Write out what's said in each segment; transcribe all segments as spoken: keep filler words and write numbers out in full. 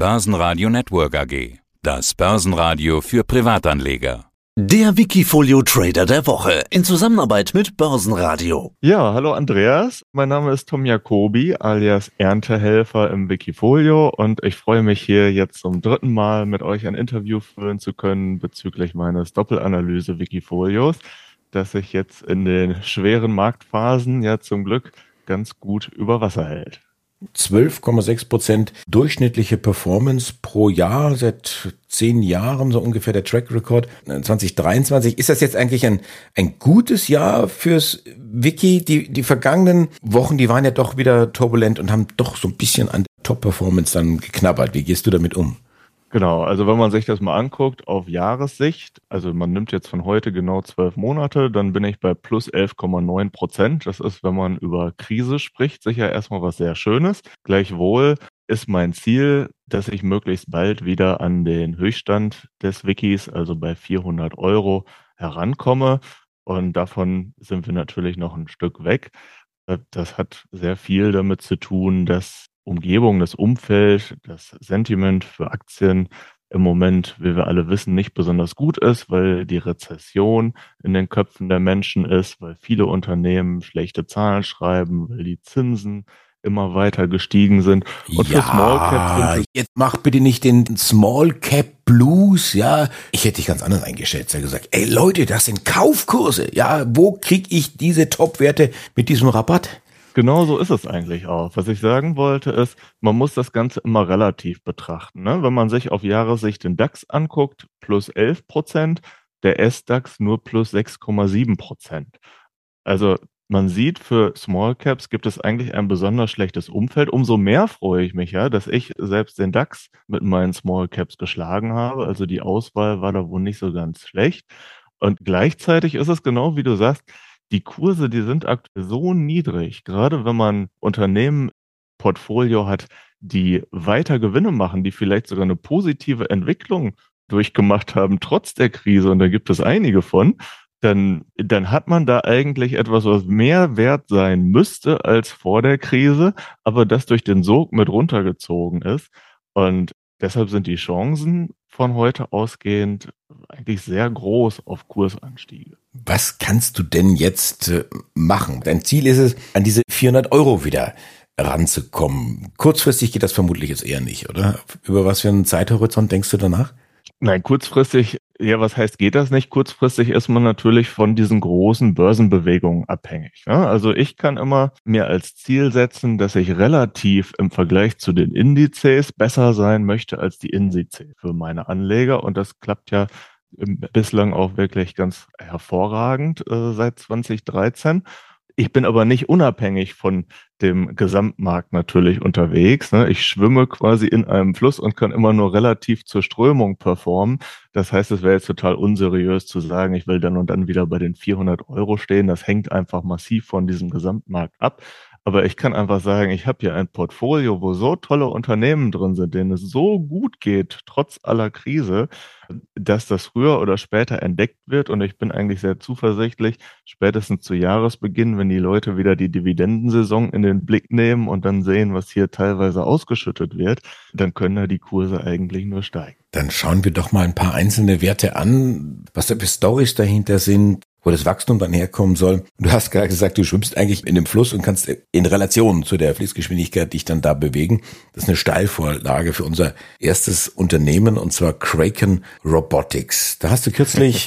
Börsenradio Network A G. Das Börsenradio für Privatanleger. Der Wikifolio Trader der Woche in Zusammenarbeit mit Börsenradio. Ja, hallo Andreas, mein Name ist Tom Jacobi alias Erntehelfer im Wikifolio und ich freue mich hier jetzt zum dritten Mal mit euch ein Interview führen zu können bezüglich meines Doppelanalyse-Wikifolios, das sich jetzt in den schweren Marktphasen ja zum Glück ganz gut über Wasser hält. zwölf Komma sechs Prozent durchschnittliche Performance pro Jahr seit zehn Jahren, so ungefähr der Track Record. zwanzig dreiundzwanzig, ist das jetzt eigentlich ein, ein gutes Jahr fürs Wiki? Die, die vergangenen Wochen, die waren ja doch wieder turbulent und haben doch so ein bisschen an der Top-Performance dann geknabbert. Wie gehst du damit um? Genau, also wenn man sich das mal anguckt auf Jahressicht, also man nimmt jetzt von heute genau zwölf Monate, dann bin ich bei plus elf Komma neun Prozent. Das ist, wenn man über Krise spricht, sicher erstmal was sehr Schönes. Gleichwohl ist mein Ziel, dass ich möglichst bald wieder an den Höchststand des Wikis, also bei vierhundert Euro, herankomme. Und davon sind wir natürlich noch ein Stück weg. Das hat sehr viel damit zu tun, dass Umgebung, das Umfeld, das Sentiment für Aktien im Moment, wie wir alle wissen, nicht besonders gut ist, weil die Rezession in den Köpfen der Menschen ist, weil viele Unternehmen schlechte Zahlen schreiben, weil die Zinsen immer weiter gestiegen sind. Und ja, für Small Cap sind jetzt mach bitte nicht den Small Cap Blues, ja. Ich hätte dich ganz anders eingeschätzt. Ich hätte gesagt, ey Leute, das sind Kaufkurse. Ja, wo krieg ich diese Top-Werte mit diesem Rabatt? Genau so ist es eigentlich auch. Was ich sagen wollte ist, man muss das Ganze immer relativ betrachten. Ne? Wenn man sich auf Jahressicht den DAX anguckt, plus elf Prozent, der S-DAX nur plus sechs Komma sieben Prozent. Also man sieht, für Small Caps gibt es eigentlich ein besonders schlechtes Umfeld. Umso mehr freue ich mich ja, dass ich selbst den DAX mit meinen Small Caps geschlagen habe. Also die Auswahl war da wohl nicht so ganz schlecht. Und gleichzeitig ist es genau wie du sagst, die Kurse, die sind aktuell so niedrig, gerade wenn man Unternehmen im Portfolio hat, die weiter Gewinne machen, die vielleicht sogar eine positive Entwicklung durchgemacht haben, trotz der Krise, und da gibt es einige von, dann, dann hat man da eigentlich etwas, was mehr wert sein müsste als vor der Krise, aber das durch den Sog mit runtergezogen ist. Und deshalb sind die Chancen von heute ausgehend eigentlich sehr groß auf Kursanstiege. Was kannst du denn jetzt äh, machen? Dein Ziel ist es, an diese vierhundert Euro wieder ranzukommen. Kurzfristig geht das vermutlich jetzt eher nicht, oder? Über was für einen Zeithorizont denkst du danach? Nein, kurzfristig, ja, was heißt, geht das nicht? Kurzfristig ist man natürlich von diesen großen Börsenbewegungen abhängig. Ne? Also ich kann immer mir als Ziel setzen, dass ich relativ im Vergleich zu den Indizes besser sein möchte als die Indizes für meine Anleger. Und das klappt ja bislang auch wirklich ganz hervorragend äh, seit zwanzig dreizehn. Ich bin aber nicht unabhängig von dem Gesamtmarkt natürlich unterwegs. Ne? Ich schwimme quasi in einem Fluss und kann immer nur relativ zur Strömung performen. Das heißt, es wäre jetzt total unseriös zu sagen, ich will dann und dann wieder bei den vierhundert Euro stehen. Das hängt einfach massiv von diesem Gesamtmarkt ab. Aber ich kann einfach sagen, ich habe hier ein Portfolio, wo so tolle Unternehmen drin sind, denen es so gut geht, trotz aller Krise, dass das früher oder später entdeckt wird. Und ich bin eigentlich sehr zuversichtlich, spätestens zu Jahresbeginn, wenn die Leute wieder die Dividendensaison in den Blick nehmen und dann sehen, was hier teilweise ausgeschüttet wird, dann können da die Kurse eigentlich nur steigen. Dann schauen wir doch mal ein paar einzelne Werte an, was da für Storys dahinter sind, wo das Wachstum dann herkommen soll. Du hast gerade gesagt, du schwimmst eigentlich in dem Fluss und kannst in Relation zu der Fließgeschwindigkeit dich dann da bewegen. Das ist eine Steilvorlage für unser erstes Unternehmen, und zwar Kraken Robotics. Da hast du kürzlich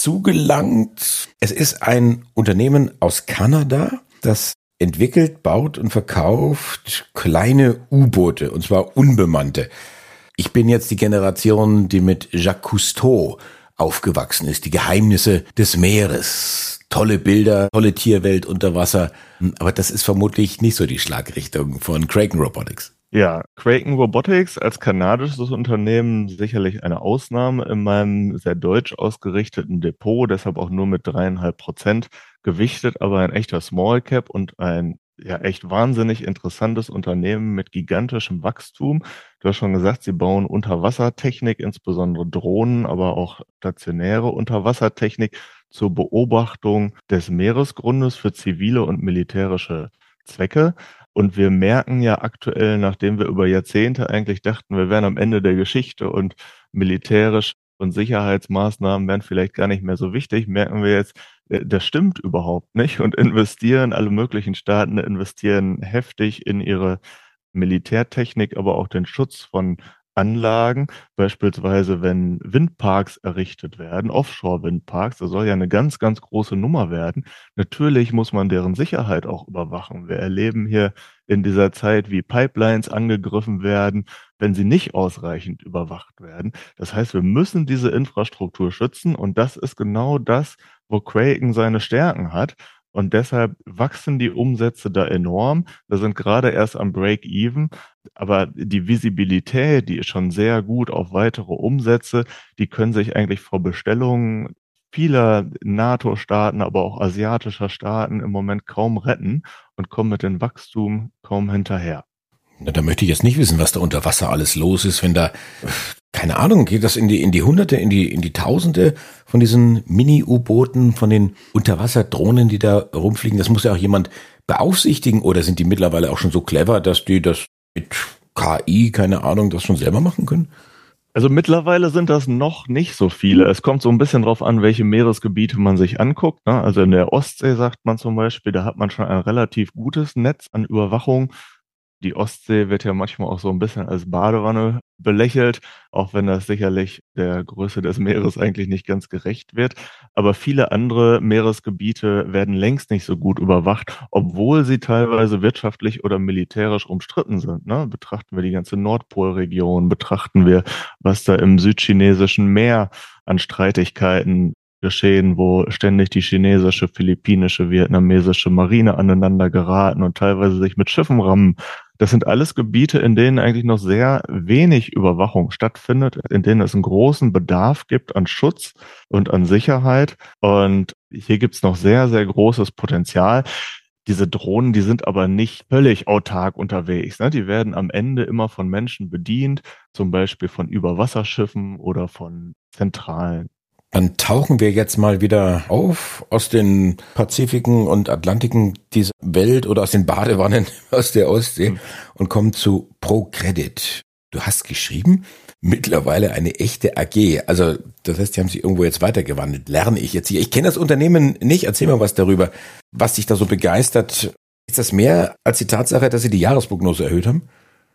zugelangt. Es ist ein Unternehmen aus Kanada, das entwickelt, baut und verkauft kleine U-Boote, und zwar unbemannte. Ich bin jetzt die Generation, die mit Jacques Cousteau aufgewachsen ist, die Geheimnisse des Meeres. Tolle Bilder, tolle Tierwelt unter Wasser. Aber das ist vermutlich nicht so die Schlagrichtung von Kraken Robotics. Ja, Kraken Robotics als kanadisches Unternehmen sicherlich eine Ausnahme in meinem sehr deutsch ausgerichteten Depot, deshalb auch nur mit dreieinhalb Prozent gewichtet, aber ein echter Small Cap und ein ja echt wahnsinnig interessantes Unternehmen mit gigantischem Wachstum. Du hast schon gesagt, sie bauen Unterwassertechnik, insbesondere Drohnen, aber auch stationäre Unterwassertechnik zur Beobachtung des Meeresgrundes für zivile und militärische Zwecke. Und wir merken ja aktuell, nachdem wir über Jahrzehnte eigentlich dachten, wir wären am Ende der Geschichte und militärisch und Sicherheitsmaßnahmen wären vielleicht gar nicht mehr so wichtig, merken wir jetzt, äh, das stimmt überhaupt nicht und investieren, alle möglichen Staaten investieren heftig in ihre Militärtechnik, aber auch den Schutz von Anlagen, beispielsweise wenn Windparks errichtet werden, Offshore-Windparks, das soll ja eine ganz, ganz große Nummer werden. Natürlich muss man deren Sicherheit auch überwachen. Wir erleben hier in dieser Zeit, wie Pipelines angegriffen werden, wenn sie nicht ausreichend überwacht werden. Das heißt, wir müssen diese Infrastruktur schützen und das ist genau das, wo Kraken seine Stärken hat. Und deshalb wachsen die Umsätze da enorm. Wir sind gerade erst am Break-Even, aber die Visibilität, die ist schon sehr gut auf weitere Umsätze. Die können sich eigentlich vor Bestellungen vieler NATO-Staaten, aber auch asiatischer Staaten im Moment kaum retten und kommen mit dem Wachstum kaum hinterher. Na, da möchte ich jetzt nicht wissen, was da unter Wasser alles los ist, wenn da, keine Ahnung, geht das in die, in die Hunderte, in die, in die Tausende von diesen Mini-U-Booten, von den Unterwasserdrohnen, die da rumfliegen. Das muss ja auch jemand beaufsichtigen, oder sind die mittlerweile auch schon so clever, dass die das mit K I, keine Ahnung, das schon selber machen können? Also mittlerweile sind das noch nicht so viele. Es kommt so ein bisschen drauf an, welche Meeresgebiete man sich anguckt, ne? Also in der Ostsee sagt man zum Beispiel, da hat man schon ein relativ gutes Netz an Überwachung. Die Ostsee wird ja manchmal auch so ein bisschen als Badewanne belächelt, auch wenn das sicherlich der Größe des Meeres eigentlich nicht ganz gerecht wird. Aber viele andere Meeresgebiete werden längst nicht so gut überwacht, obwohl sie teilweise wirtschaftlich oder militärisch umstritten sind, ne? Betrachten wir die ganze Nordpolregion, betrachten wir, was da im südchinesischen Meer an Streitigkeiten geschehen, wo ständig die chinesische, philippinische, vietnamesische Marine aneinander geraten und teilweise sich mit Schiffen rammen. Das sind alles Gebiete, in denen eigentlich noch sehr wenig Überwachung stattfindet, in denen es einen großen Bedarf gibt an Schutz und an Sicherheit. Und hier gibt es noch sehr, sehr großes Potenzial. Diese Drohnen, die sind aber nicht völlig autark unterwegs, ne? Die werden am Ende immer von Menschen bedient, zum Beispiel von Überwasserschiffen oder von Zentralen. Dann tauchen wir jetzt mal wieder auf aus den Pazifiken und Atlantiken dieser Welt oder aus den Badewannen aus der Ostsee und kommen zu ProCredit. Du hast geschrieben, mittlerweile eine echte A G. Also das heißt, die haben sich irgendwo jetzt weitergewandelt. Lerne ich jetzt hier. Ich kenne das Unternehmen nicht. Erzähl mal was darüber, was dich da so begeistert. Ist das mehr als die Tatsache, dass sie die Jahresprognose erhöht haben?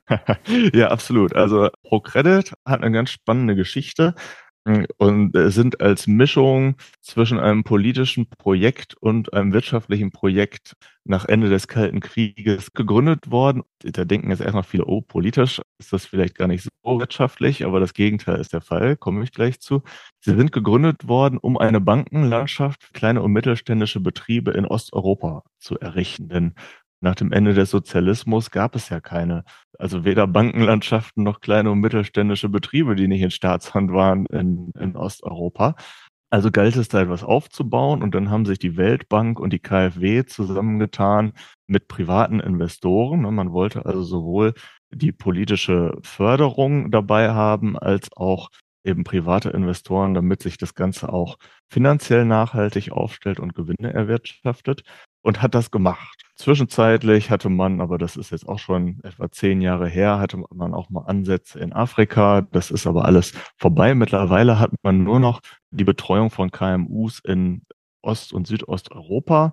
Ja, absolut. Also ProCredit hat eine ganz spannende Geschichte und sind als Mischung zwischen einem politischen Projekt und einem wirtschaftlichen Projekt nach Ende des Kalten Krieges gegründet worden. Da denken jetzt erstmal viele, oh, politisch ist das vielleicht gar nicht so wirtschaftlich, aber das Gegenteil ist der Fall, komme ich gleich zu. Sie sind gegründet worden, um eine Bankenlandschaft für kleine und mittelständische Betriebe in Osteuropa zu errichten, denn nach dem Ende des Sozialismus gab es ja keine, also weder Bankenlandschaften noch kleine und mittelständische Betriebe, die nicht in Staatshand waren in, in Osteuropa. Also galt es da etwas aufzubauen und dann haben sich die Weltbank und die K f W zusammengetan mit privaten Investoren. Man wollte also sowohl die politische Förderung dabei haben, als auch eben private Investoren, damit sich das Ganze auch finanziell nachhaltig aufstellt und Gewinne erwirtschaftet, und hat das gemacht. Zwischenzeitlich hatte man, aber das ist jetzt auch schon etwa zehn Jahre her, hatte man auch mal Ansätze in Afrika. Das ist aber alles vorbei. Mittlerweile hat man nur noch die Betreuung von K M Us in Ost- und Südosteuropa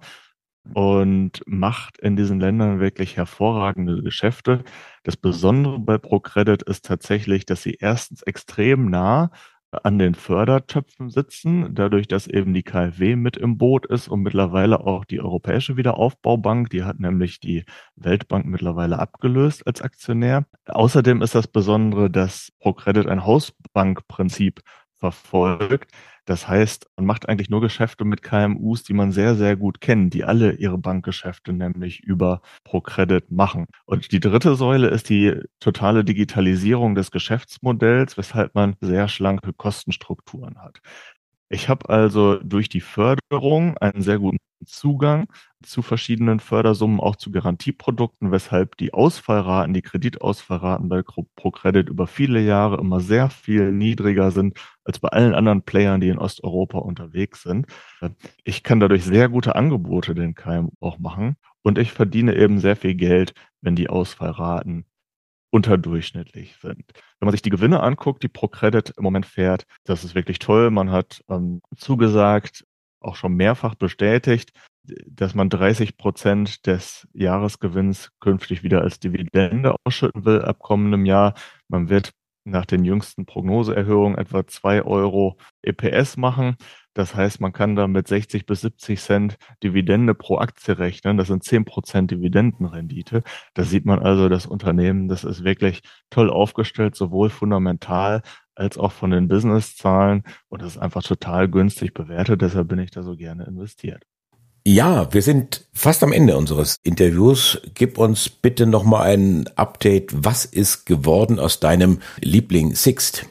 und macht in diesen Ländern wirklich hervorragende Geschäfte. Das Besondere bei ProCredit ist tatsächlich, dass sie erstens extrem nah an den Fördertöpfen sitzen, dadurch, dass eben die K f W mit im Boot ist und mittlerweile auch die Europäische Wiederaufbaubank, die hat nämlich die Weltbank mittlerweile abgelöst als Aktionär. Außerdem ist das Besondere, dass ProCredit ein Hausbankprinzip verfolgt. Das heißt, man macht eigentlich nur Geschäfte mit K M Us, die man sehr, sehr gut kennt, die alle ihre Bankgeschäfte nämlich über ProCredit machen. Und die dritte Säule ist die totale Digitalisierung des Geschäftsmodells, weshalb man sehr schlanke Kostenstrukturen hat. Ich habe also durch die Förderung einen sehr guten Zugang zu verschiedenen Fördersummen, auch zu Garantieprodukten, weshalb die Ausfallraten, die Kreditausfallraten bei ProCredit über viele Jahre immer sehr viel niedriger sind als bei allen anderen Playern, die in Osteuropa unterwegs sind. Ich kann dadurch sehr gute Angebote den K M U auch machen. und ich verdiene eben sehr viel Geld, wenn die Ausfallraten unterdurchschnittlich sind. Wenn man sich die Gewinne anguckt, die ProCredit im Moment fährt, das ist wirklich toll. Man hat ähm, zugesagt, auch schon mehrfach bestätigt, dass man dreißig Prozent des Jahresgewinns künftig wieder als Dividende ausschütten will ab kommendem Jahr. Man wird nach den jüngsten Prognoseerhöhungen etwa zwei Euro E P S machen. Das heißt, man kann da mit sechzig bis siebzig Cent Dividende pro Aktie rechnen. Das sind zehn Prozent Dividendenrendite. Da sieht man also, das Unternehmen, das ist wirklich toll aufgestellt, sowohl fundamental als auch von den Businesszahlen. Und das ist einfach total günstig bewertet. Deshalb bin ich da so gerne investiert. Ja, wir sind fast am Ende unseres Interviews. Gib uns bitte nochmal ein Update. Was ist geworden aus deinem Liebling Sixt?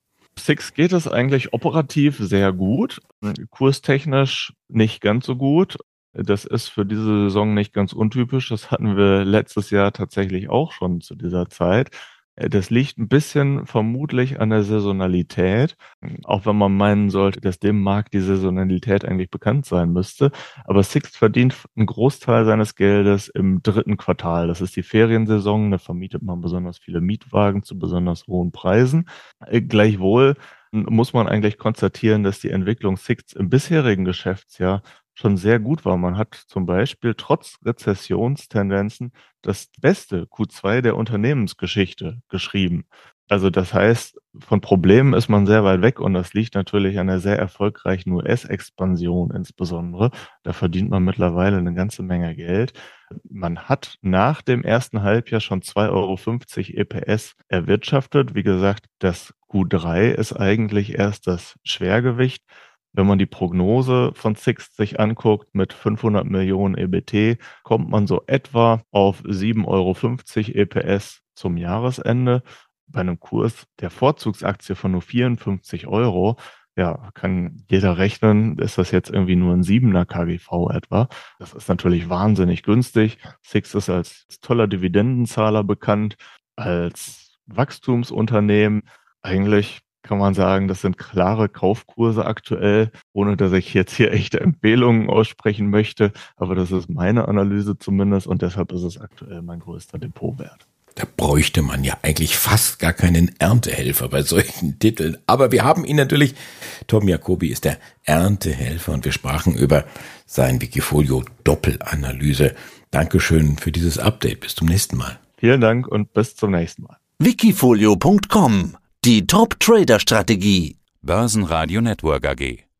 Sixt geht es eigentlich operativ sehr gut, kurstechnisch nicht ganz so gut. Das ist für diese Saison nicht ganz untypisch. Das hatten wir letztes Jahr tatsächlich auch schon zu dieser Zeit. Das liegt ein bisschen vermutlich an der Saisonalität, auch wenn man meinen sollte, dass dem Markt die Saisonalität eigentlich bekannt sein müsste. Aber Sixt verdient einen Großteil seines Geldes im dritten Quartal. Das ist die Feriensaison, da vermietet man besonders viele Mietwagen zu besonders hohen Preisen. Gleichwohl muss man eigentlich konstatieren, dass die Entwicklung Sixt im bisherigen Geschäftsjahr schon sehr gut war. Man hat zum Beispiel trotz Rezessionstendenzen das beste Q zwei der Unternehmensgeschichte geschrieben. Also das heißt, von Problemen ist man sehr weit weg und das liegt natürlich an der sehr erfolgreichen U S-Expansion insbesondere. Da verdient man mittlerweile eine ganze Menge Geld. Man hat nach dem ersten Halbjahr schon zwei Euro fünfzig E P S erwirtschaftet. Wie gesagt, das Q drei ist eigentlich erst das Schwergewicht. Wenn man die Prognose von Sixt sich anguckt mit fünfhundert Millionen E B T, kommt man so etwa auf sieben Euro fünfzig E P S zum Jahresende. Bei einem Kurs der Vorzugsaktie von nur vierundfünfzig Euro, ja, kann jeder rechnen, ist das jetzt irgendwie nur ein siebener K G V etwa. Das ist natürlich wahnsinnig günstig. Sixt ist als toller Dividendenzahler bekannt, als Wachstumsunternehmen. Eigentlich kann man sagen, das sind klare Kaufkurse aktuell, ohne dass ich jetzt hier echte Empfehlungen aussprechen möchte. Aber das ist meine Analyse zumindest und deshalb ist es aktuell mein größter Depotwert. Da bräuchte man ja eigentlich fast gar keinen Erntehelfer bei solchen Titeln. Aber wir haben ihn natürlich. Tom Jacoby ist der Erntehelfer und wir sprachen über sein Wikifolio Doppelanalyse. Dankeschön für dieses Update. Bis zum nächsten Mal. Vielen Dank und bis zum nächsten Mal. Wikifolio Punkt com, die Top-Trader-Strategie. Börsenradio Network A G.